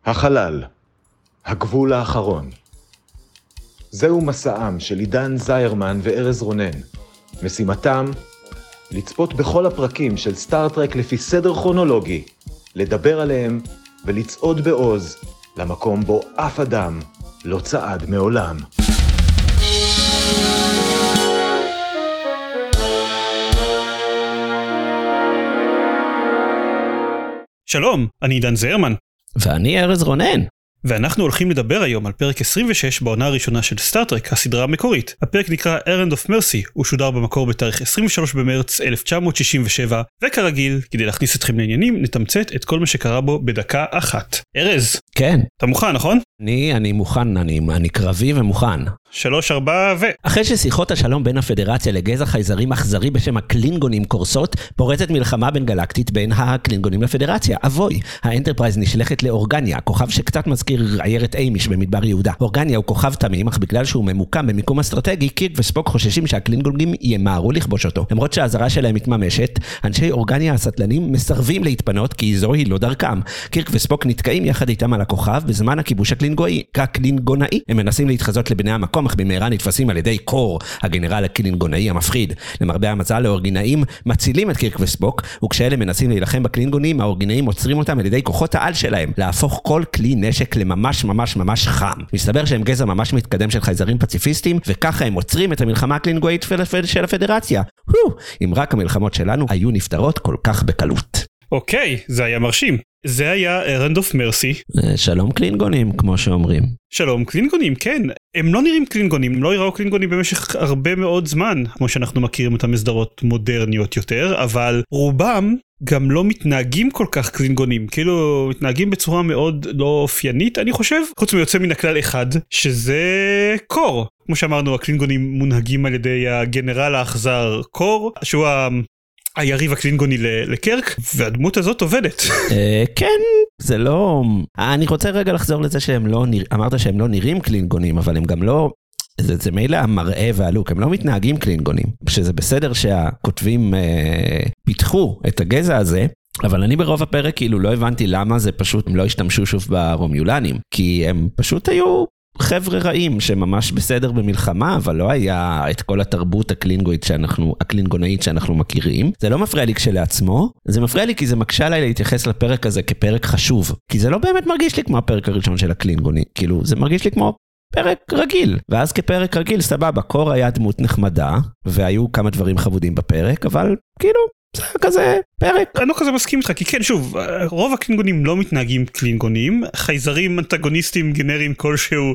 החלל, הגבול האחרון. זהו מסעם של עידן זיירמן וארז רונן. משימתם, לצפות בכל הפרקים של סטארטרק לפי סדר כרונולוגי, לדבר עליהם ולצעוד בעוז למקום בו אף אדם לא צעד מעולם. שלום, אני עידן זיירמן. ואני ארז רונן. ואנחנו הולכים לדבר היום על פרק 26 בעונה הראשונה של סטארטרק, הסדרה המקורית. הפרק נקרא Errand of Mercy, הוא שודר במקור בתאריך 23 במרץ 1967, וכרגיל, כדי להכניס אתכם לעניינים, נתמצת את כל מה שקרה בו בדקה אחת. ארז. כן. אתה מוכן, נכון? אני מוכן, אני קרבי ומוכן. 3, 4 אחרי ששיחות השלום בין הפדרציה לגזע חייזרים אכזרי בשם הקלינגונים קורסות, פורצת מלחמה בין גלקטית בין הקלינגונים לפדרציה. אבוי, האנטרפרייז נשלחת לאורגניה, כוכב שקצת מזכיר עיירת אימיש במדבר יהודה. אורגניה הוא כוכב תמים, אך בגלל שהוא ממוקם במיקום אסטרטגי, קירק וספוק חוששים שהקלינגונים ימהרו לכבוש אותו. למרות שהאזהרה שלהם מתממשת, אנשי אורגניה הסטלנים מסרבים להתפנות כי זוהי לא דרכם. קירק וספוק נתקעים יחד איתם על הכוכב בזמן הכיבוש הקלינגונאי. הם מנסים להתחזות לבני המקום, אך במהרה נתפסים על ידי קור, הגנרל הקלינגונאי המפחיד. למרבה המזל, האורגינאים מצילים את קירק וספוק, וכשאלה מנסים להילחם בקלינגונים, האורגינאים עוצרים אותם על ידי כוחות העל שלהם, להפוך כל כלי נשק ממש חם. מסתבר שהם גזע ממש מתקדם של חייזרים פציפיסטים, וככה הם עוצרים את המלחמה הקלינגואית של הפדרציה. אם רק המלחמות שלנו היו נפתרות כל כך בקלות. אוקיי, זה היה מרשים. זה היה Errand of Mercy. שלום קלינגונים, כמו שאומרים. שלום קלינגונים, כן. הם לא נראים קלינגונים, הם לא יראו קלינגונים במשך הרבה מאוד זמן, כמו שאנחנו מכירים אותם מסדרות מודרניות יותר, אבל רובם גם לא מתנהגים כל כך קלינגונים, כאילו מתנהגים בצורה מאוד לא אופיינית, אני חושב, חוץ מיוצא מן הכלל אחד, שזה קור. כמו שאמרנו, הקלינגונים מונהגים על ידי הגנרל האכזר קור, שהוא היריב הקלינגוני לקרק, והדמות הזאת עובדת. כן, זה לא... אני רוצה רגע לחזור לזה שהם לא אמרת שהם לא נראים קלינגונים, אבל הם גם לא... זה מילא המראה והלוק, הם לא מתנהגים קלינגונים, שזה בסדר שהכותבים פיתחו את הגזע הזה, אבל אני ברוב הפרק כאילו לא הבנתי למה זה פשוט, הם לא השתמשו שוב ברומיולנים, כי הם פשוט היו חבר'ה רעים שממש בסדר במלחמה, אבל לא היה את כל התרבות הקלינגונאית שאנחנו מכירים. זה לא מפריע לי כשלעצמו, זה מפריע לי כי זה מקשה עליי להתייחס לפרק הזה כפרק חשוב, כי זה לא באמת מרגיש לי כמו הפרק הראשון של הקלינגוני, כאילו זה מרגיש לי כמו פרק רגיל, ואז כפרק רגיל סבבה, קור היה דמות נחמדה, והיו כמה דברים חבודים בפרק, אבל כאילו זה כזה פרק. אני לא כזה מסכים איתך, כי כן, שוב, רוב הקלינגונים לא מתנהגים קלינגונים, חייזרים אנטגוניסטים גנריים כלשהו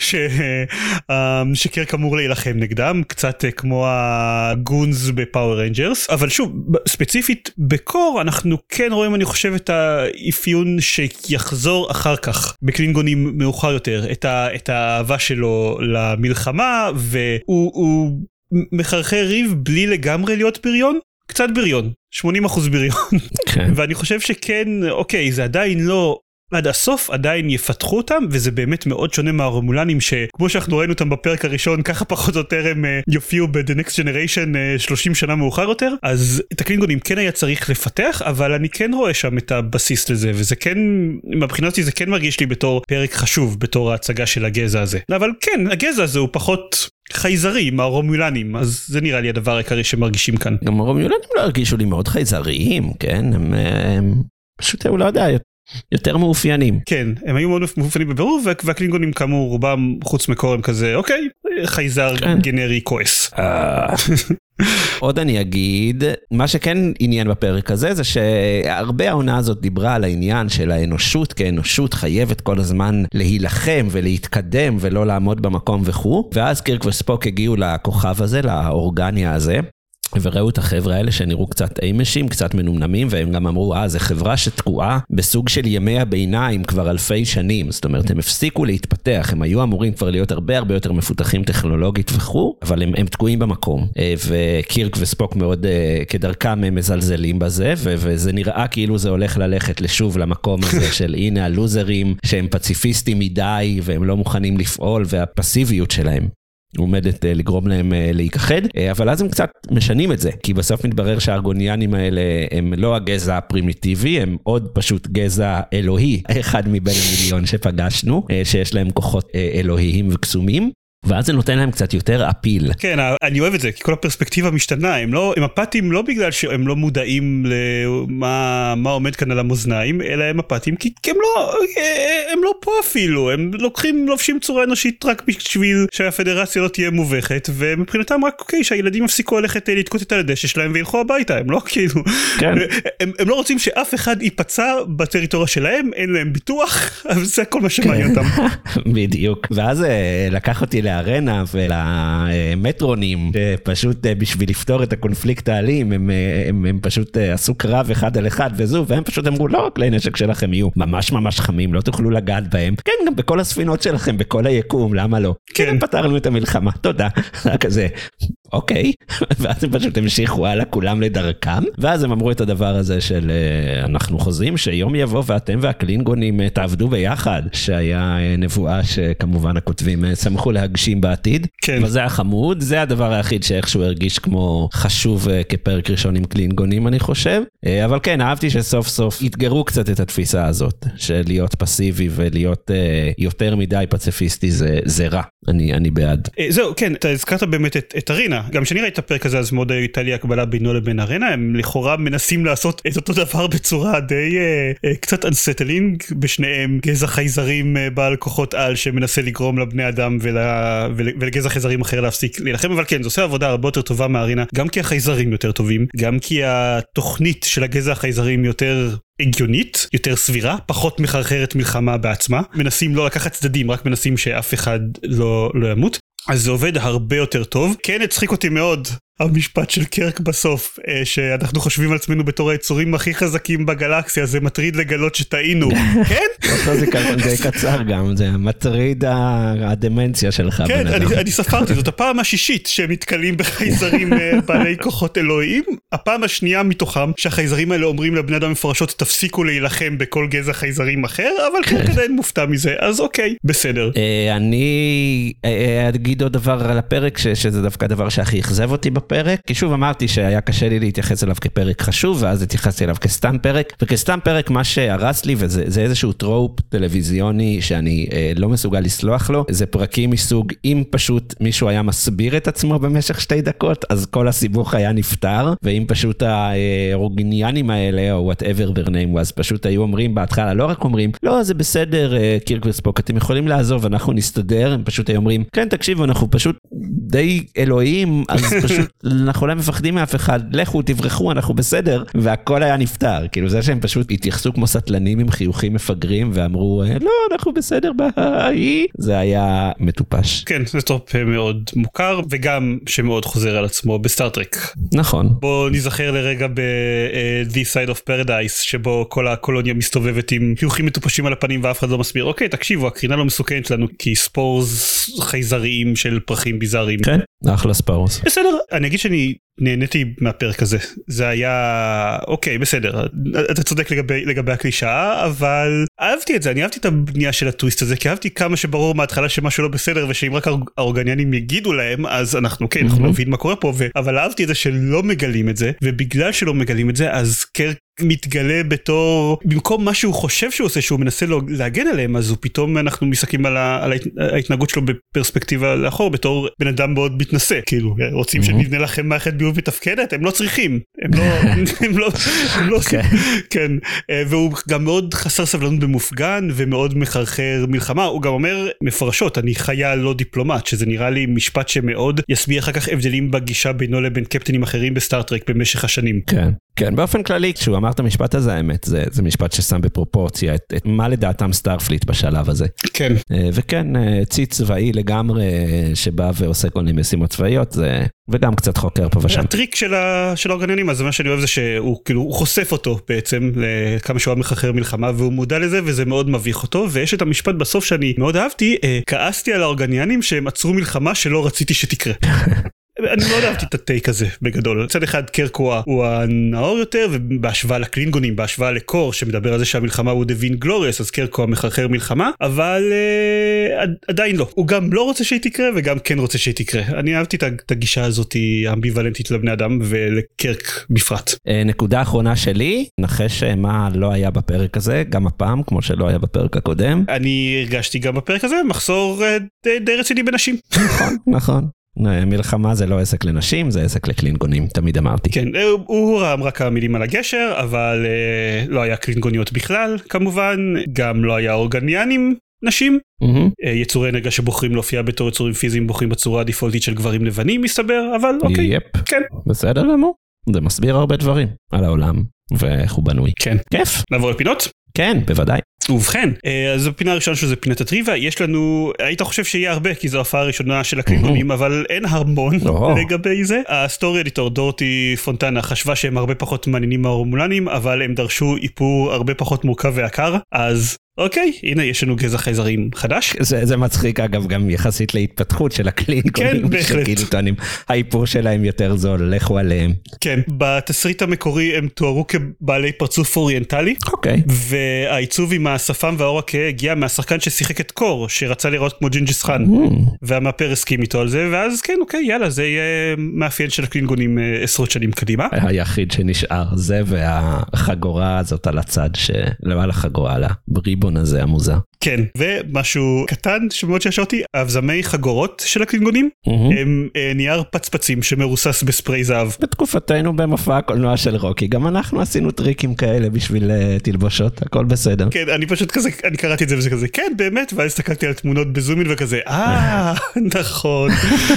שקרק אמור להילחם נגדם, קצת כמו הגונז בפאוור רנג'רס, אבל שוב, ספציפית בקור אנחנו כן רואים, אני חושב, את האפיון שיחזור אחר כך בקלינגונים מאוחר יותר, את האהבה שלו למלחמה, והוא מחרחר ריב בלי לגמרי להיות בריון, קצת בריון, 80% בריון. ואני חושב שכן, אוקיי, זה עדיין לא עד הסוף, עדיין יפתחו אותם, וזה באמת מאוד שונה מהרומולנים, שכמו שאנחנו ראינו אותם בפרק הראשון, ככה פחות או יותר הם יופיעו ב-The Next Generation 30 שנה מאוחר יותר, אז את הקלינגונים כן היה צריך לפתח, אבל אני כן רואה שם את הבסיס לזה, וזה כן, מבחינת אותי זה כן מרגיש לי בתור פרק חשוב, בתור ההצגה של הגזע הזה. אבל כן, הגזע הזה הוא פחות חייזרים, הרומולנים, אז זה נראה לי הדבר העיקרי שמרגישים כאן. גם הרומולנים לא הרגישו לי מאוד חייזריים, כן? הם פשוט, הוא לא יודע, יותר מאופיינים. כן, הם היו מאוד מאופיינים בבירור, והקלינגונים כאמור רובם חוץ מקור הם כזה, אוקיי, חייזר גנרי כועס. עוד אני אגיד, מה שכן עניין בפרק הזה, זה שהרבה העונה הזאת דיברה על העניין של האנושות, כי האנושות חייבת כל הזמן להילחם ולהתקדם ולא לעמוד במקום וכו', ואז קירק וספוק הגיעו לכוכב הזה, לאורגניה הזה, וראו את החבר'ה האלה שנראו קצת אימשים, קצת מנומנמים, והם גם אמרו, זה חברה שתקועה בסוג של ימי הביניים כבר אלפי שנים, זאת אומרת, הם הפסיקו להתפתח, הם היו אמורים כבר להיות הרבה יותר מפותחים טכנולוגית וכו', אבל הם תקועים במקום, וקירק וספוק מאוד כדרכם הם מזלזלים בזה, וזה נראה כאילו זה הולך ללכת לשוב למקום הזה של הנה הלוזרים, שהם פציפיסטים מדי, והם לא מוכנים לפעול, והפסיביות שלהם. עומדת לגרום להם להיכחד, אבל אז הם קצת משנים את זה, כי בסוף מתברר שהארגוניאנים האלה הם לא הגזע הפרימיטיבי, הם עוד פשוט גזע אלוהי, אחד מבין המיליון שפגשנו, שיש להם כוחות אלוהיים וקסומים, ואז זה נותן להם קצת יותר אפיל. כן, אני אוהב את זה, כי כל הפרספקטיבה משתנה, הם אפתיים לא בגלל שהם לא מודעים למה עומד כאן על המאזניים, אלא הם אפתיים כי הם לא פה אפילו, הם לובשים צורה אנושית רק בשביל שהפדרציה לא תהיה מובכת, ומבחינתם רק אוקיי, שהילדים יפסיקו ללכת לתקוט את הדשא שלהם וילכו הביתה, הם לא כאילו, הם לא רוצים שאף אחד ייפצע בטריטוריה שלהם, אין להם ביטוח, אבל זה כל מה שמעניין אותם. בדיוק, ואז לקח אותי לארנה ולמטרונים, שפשוט בשביל לפתור את הקונפליקט האלים, הם פשוט עשו קרב אחד על אחד וזו, והם פשוט אמרו, לא, כלי נשק שלכם יהיו ממש ממש חמים, לא תוכלו לגעת בהם, כן, גם בכל הספינות שלכם, בכל היקום, למה לא? כן, פתרנו את המלחמה, תודה. כזה, אוקיי, ואז הם פשוט המשיכו הלאה כולם לדרכם, ואז הם אמרו את הדבר הזה של אנחנו חוזרים שיום יבוא ואתם והקלינגונים תעבדו ביחד, שהיה נבואה שכמובן הכותבים שמחו להגשים בעתיד, כן. וזה החמוד, זה הדבר היחיד שאיכשהו הרגיש כמו חשוב כפרק ראשון עם קלינגונים אני חושב, אבל כן, אהבתי שסוף סוף התגרו קצת את התפיסה הזאת, של להיות פסיבי ולהיות יותר מדי פציפיסטי זה רע, אני בעד. זהו, כן, אתה הזכרת באמת את ארינה, גם כשאני ראיתי את הפרק הזה אז מאוד הייתה לי הקבלה בינו לבין ארינה, הם לכאורה מנסים לעשות את אותו דבר בצורה די קצת אנסטלינג, בשניהם גזע חייזרים בעל כוחות על שמנסה לגרום לבני אדם ולגזע חייזרים אחר להפסיק להילחם, אבל כן, זה עושה עבודה הרבה יותר טובה מארינה, גם כי החייזרים יותר טובים, גם כי התוכנית של הגזע החייזרים יותר הגיונית, יותר סבירה, פחות מחרחרת מלחמה בעצמה, מנסים לא לקחת צדדים, רק מנסים שאף אחד לא ימות, אז זה עובד הרבה יותר טוב. כן, הצחיק אותי מאוד המשפט של קרק בסוף, שאנחנו חושבים על עצמנו בתור היצורים הכי חזקים בגלקסיה, זה מטריד לגלות שטעינו, כן? זה קצר גם, זה מטריד הדמנציה שלך. כן, אני ספרתי, זאת הפעם השישית שהם מתקלים בחייזרים בעלי כוחות אלוהים, הפעם השנייה מתוכם שהחייזרים האלה אומרים לבני אדם מפורשות, תפסיקו להילחם בכל גזע חייזרים אחר, אבל קרק עדיין מופתע מזה, אז אוקיי, בסדר. אני אגיד עוד דבר על הפרק, שזה דווקא דבר שהכי אכזב אותי בפרק, כי שוב אמרתי שהיה קשה לי להתייחס אליו כפרק חשוב, ואז התייחסתי אליו כסתם פרק, וכסתם פרק מה שהרס לי, וזה איזשהו טרופ טלוויזיוני שאני לא מסוגל לסלוח לו, זה פרקים מסוג, אם פשוט מישהו היה מסביר את עצמו במשך 2 דקות, אז כל הסיבוך היה נפטר, ואם פשוט האורגניאנים האלה, או whatever their name was, פשוט היו אומרים בהתחלה, לא רק אומרים, לא, זה בסדר, קירק וספוק, אתם יכולים לעזוב, אנחנו נסתדר, הם פשוט היו אומרים, כן, תקשיבו, אנחנו פשוט די אלוהים, אז פשוט אנחנו לא מפחדים מאף אחד, לכו, תברחו, אנחנו בסדר, והכל היה נפטר, כאילו זה שהם פשוט התייחסו כמו סטלנים עם חיוכים מפגרים, ואמרו, לא, אנחנו בסדר, ביי, זה היה מטופש. כן, זה טופ מאוד מוכר, וגם שמאוד חוזר על עצמו בסטארטרק. נכון. בוא נזכר לרגע ב-This Side of Paradise, שבו כל הקולוניה מסתובבת עם חיוכים מטופשים על הפנים, ואף אחד לא מסביר, אוקיי, תקשיבו, הקרינה לא מסוכנת לנו, כי ספורס חייזריים של פרחים ביזאריים. כן, אחלה ספורס. בסדר, אני אגיד שאני נהניתי מהפרק הזה, זה היה אוקיי, בסדר, אתה צודק לגבי הקלישאה, אבל אהבתי את זה, אני אהבתי את הבנייה של הטוויסט הזה, כי אהבתי כמה שברור מההתחלה שמשהו לא בסדר, ושאם רק האורגניאנים יגידו להם, אז אנחנו כן, אנחנו נבין מה קורה פה, אבל אהבתי את זה שלא מגלים את זה, ובגלל שלא מגלים את זה, אז קרק מתגלה בתור, במקום מה שהוא חושב שהוא עושה, שהוא מנסה להגן עליהם, אז הוא פתאום אנחנו מסתכלים על ההתנהגות שלו בפרספקטיבה לאחור, בתור בן אדם מאוד מתנשא, כאילו, רוצים שנבנה לכם מערכת ביוב מתפקדת? הם לא צריכים, הם לא, כן, והוא גם מאוד חסר סבלנות במופגן, ומאוד מחרחר מלחמה, הוא גם אומר מפרשות, אני חייל לא דיפלומט, שזה נראה לי משפט שמאוד יסביר אחר כך הבדלים בגישה בינו לבין קפטנים אחרים בסטארטרק במשך השנים. כן. כן, באופן כללי, כשהוא אמר את המשפט הזה, האמת, זה משפט ששם בפרופורציה את מה לדעתם סטארפליט בשלב הזה. כן. וכן, צי צבאי לגמרי שבא ועושה כל מיני משימות צבאיות, וגם קצת חוקר פה ושם. הטריק של האורגניאנים, אז מה שאני אוהב זה שהוא כאילו, חושף אותו בעצם, לכמה שהוא מחרחר מלחמה, והוא מודע לזה, וזה מאוד מביך אותו, ויש את המשפט בסוף שאני מאוד אהבתי, כעסתי על האורגניאנים שהם עצרו מלחמה שלא רציתי שתקרה. אני לא אהבתי את הטייק הזה בגדול. צד אחד קרק הוא הנאור יותר, ובהשוואה לקלינגונים, בהשוואה לקור, שמדבר על זה שהמלחמה הוא דווין גלוריאס, אז קרק הוא המחרחר מלחמה, אבל עדיין לא. הוא גם לא רוצה שהיא תקרה, וגם כן רוצה שהיא תקרה. אני אהבתי את הגישה הזאת האמביוולנטית לבני אדם, ולקרק בפרט. נקודה אחרונה שלי, נחש מה לא היה בפרק הזה, גם הפעם, כמו שלא היה בפרק הקודם. אני הרגשתי גם בפרק הזה, מחסור די רציני בנשים. נכון. מלחמה זה לא עסק לנשים, זה עסק לקלינגונים, תמיד אמרתי. כן, הוא רם רק המילים על הגשר, אבל לא היה קלינגוניות בכלל, כמובן, גם לא היה אורגניאנים נשים, יצורי אנרגיה שבוחרים להופיע בתור יצורים פיזיים, בוחרים בצורה הדיפולטית של גברים לבנים, מסתבר, אבל אוקיי, כן. בסדר גמור, זה מסביר הרבה דברים על העולם, ואיך הוא בנוי. כן. כיף. נעבור לפינות? כן, בוודאי. ובכן, אז הפינה הראשונה שזה פינת הטריוויה, יש לנו, היית חושב שיהיה הרבה, כי זו ההופעה הראשונה של הקלינגונים, אבל אין המון לגבי זה. הסטורי אדיטור דורטי פונטנה חשבה שהם הרבה פחות מעניינים מהרומולנים, אבל הם דרשו איפור הרבה פחות מורכב ויקר, אז אוקיי, הנה יש לנו גזע חייזרים חדש. זה מצחיק אגב גם יחסית להתפתחות של הקלינגונים. כן, בהחלט. האיפור שלהם יותר זול, לכו עליהם. כן, בתסריט המקורי הם תוארו כבעלי פרצוף אוריינטלי. אוקיי. והעיצוב עם השפם והאור הכהה הגיע מהשחקן ששיחק את קור, שרצה לראות כמו ג'ינג'יס חאן. והמאפר הסכים איתו על זה, ואז כן, אוקיי, יאללה, זה יהיה מאפיין של הקלינגונים עשרות שנים קדימה. היחיד שנשאר זה והחגורה הזאת על הצד, לא על החגורה, על הבריבון הזה המוזר. כן, ומשהו קטן שמאוד שישר אותי, אבזמי חגורות של הקלינגונים, הם נייר פצפצים שמרוסס בספרי זהב. בתקופתנו במופע הקולנוע של רוקי, גם אנחנו עשינו טריקים כאלה בשביל תלבושות, הכל בסדר. כן, אני פשוט כזה, אני קראתי את זה וזה כזה, כן, באמת, ואז הסתכלתי על תמונות בזומין וכזה, נכון.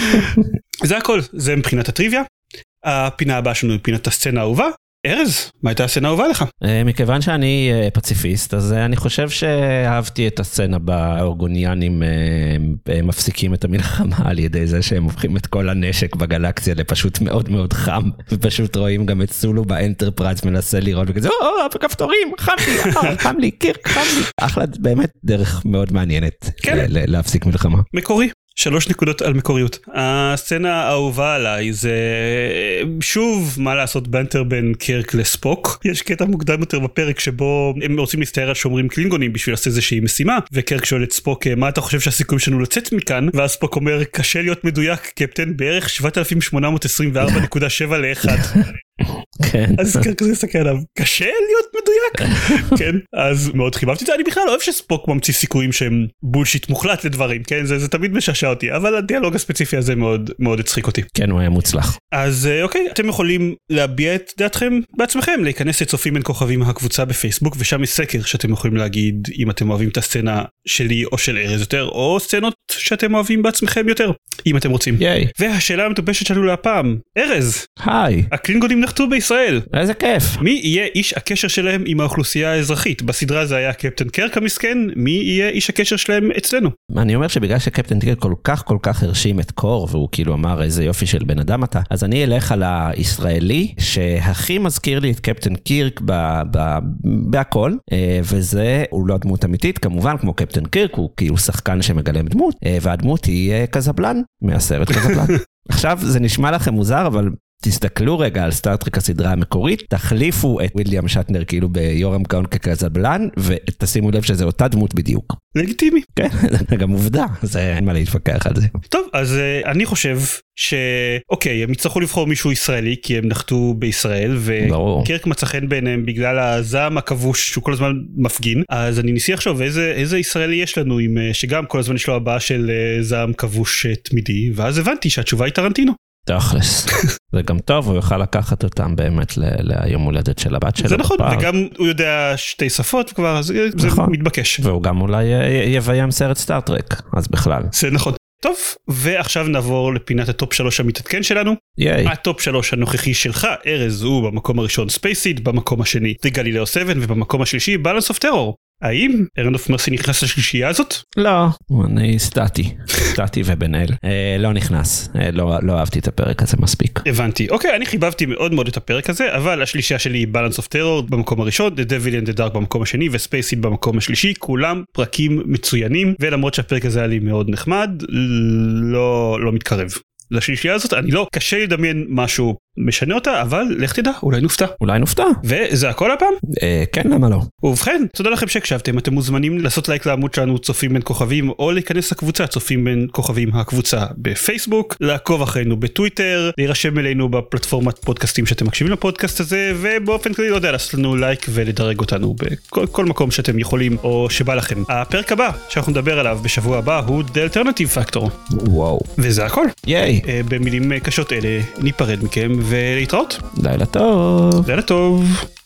זה הכל, זה מבחינת הטריוויה. הפינה הבאה שלנו היא פינת הסצנה האהובה. ארז, מה הייתה הסצנה האהובה לך? מכיוון שאני פציפיסט, אז אני חושב שאהבתי את הסצנה באורגוניאנים מפסיקים את המלחמה על ידי זה שהם הופכים את כל הנשק בגלקסיה לפשוט מאוד מאוד חם, ופשוט רואים גם את סולו באנטרפרייז מנסה לראות וכזה, בכפתורים, חם לי, קירק, חם לי. אחלה, באמת דרך מאוד מעניינת להפסיק מלחמה. מקורי. 3 נקודות על מקוריות. הסצנה האהובה עליי זה שוב מה לעשות בנטר בין קרק לספוק. יש קטע מוקדם יותר בפרק שבו הם רוצים להסתער על שומרים קלינגונים בשביל לעשות איזושהי משימה, וקרק שואל את ספוק מה אתה חושב שהסיכוי שלנו לצאת מכאן, ואז ספוק אומר קשה להיות מדויק קפטן, בערך 7,824.7 ל-1. כן. אז קרק זה יסתכל עליו, קשה להיות מדויק? כן, אז מאוד חיבבתי את זה, אני בכלל לא אוהב שספוק ממציא סיכויים שהם בולשיט מוחלט לדברים, כן, זה תמיד משעשע אותי, אבל הדיאלוג הספציפי הזה מאוד מאוד הצחיק אותי. כן, הוא היה מוצלח. אז אוקיי, אתם יכולים להביע את דעתכם בעצמכם, להיכנס לצופים בין כוכבים הקבוצה בפייסבוק, ושם יש סקר שאתם יכולים להגיד אם אתם אוהבים את הסצנה שלי או של ארז יותר, או סצנות שאתם אוהבים בעצמכם יותר, אם אתם רוצים. ייי. והשאלה המטופשת שלנו להפעם, ארז. היי. הקלינגונים נחתו בישראל. איזה כיף. מי יהיה איש הקשר שלהם עם האוכלוסייה האזרחית? בסדרה זה היה קפטן קרק המסכן, מי יהיה איש הקשר שלהם אצלנו? אני אומר שבגלל שקפטן קרק כל כך הרשים את קור, והוא כאילו אמר איזה יופי של בן אדם אתה, אז אני אלך על הישראלי, שהכי מזכיר לי את קפטן קירק בהכל, וזה, הוא לא דמות אמיתית, כמובן כמו קפטן קירק, הוא כאילו שחקן שמגלם דמות, והדמות היא קזבלן, מהסרט קזבלן. עכשיו זה נשמע לכם מוזר, אבל תסתכלו רגע על סטארטרק הסדרה המקורית, תחליפו את וויליאם שטנר כאילו ביורם קאון כקזבלן, ותשימו לב שזה אותה דמות בדיוק. לגיטימי. כן, זה גם עובדה, זה אין מה להתווכח על זה. טוב, אז אני חושב שאוקיי, הם יצטרכו לבחור מישהו ישראלי, כי הם נחתו בישראל, וקרק מצא חן ביניהם בגלל הזעם הכבוש שהוא כל הזמן מפגין, אז אני ניסי עכשיו איזה ישראלי יש לנו, שגם כל הזמן יש לו הבאה של זעם כבוש תמידי, ואז הבנתי שהתשובה היא טרנטינו. תכלס. זה גם טוב, הוא יוכל לקחת אותם באמת ליום הולדת של הבת שלו. זה נכון, וגם הוא יודע 2 שפות כבר, אז זה מתבקש. והוא גם אולי יביים סרט סטארטרק, אז בכלל. זה נכון. טוב, ועכשיו נעבור לפינת הטופ 3 המתעדכן שלנו. הטופ 3 הנוכחי שלך, ארז, הוא במקום הראשון ספייסיד, במקום השני The Galileo 7, ובמקום השלישי Balance of Terror. האם ארן אוף מרסי נכנס לשלישייה הזאת? לא, אני סטטי ובן אל. לא נכנס, לא אהבתי את הפרק הזה מספיק. הבנתי, אוקיי, אני חיבבתי מאוד מאוד את הפרק הזה, אבל השלישייה שלי היא Balance of Terror במקום הראשון, The Devil and the Dark במקום השני, וספייסיד במקום השלישי, כולם פרקים מצוינים, ולמרות שהפרק הזה היה לי מאוד נחמד, לא מתקרב. לשלישייה הזאת, אני לא, קשה לדמיין משהו משנה אותה, אבל לך תדע, אולי נופתע. אולי נופתע. וזה הכל הפעם? כן, למה לא? ובכן, תודה לכם שהקשבתם, אתם מוזמנים לעשות לייק לעמוד שלנו צופים בין כוכבים, או להיכנס לקבוצה צופים בין כוכבים הקבוצה בפייסבוק, לעקוב אחרינו בטוויטר, להירשם אלינו בפלטפורמת פודקאסטים שאתם מקשיבים לפודקאסט הזה, ובאופן כללי, לא יודע, לעשות לנו לייק ולדרג אותנו בכל מקום שאתם יכולים או שבא לכם. הפרק הבא שאנחנו נדבר עליו בשבוע הבא הוא The Alternative Factor. וואו. וזה הכל. ייי. במילים קשות אלה ניפרד מכם ולהתראות. לילה טוב. לילה טוב.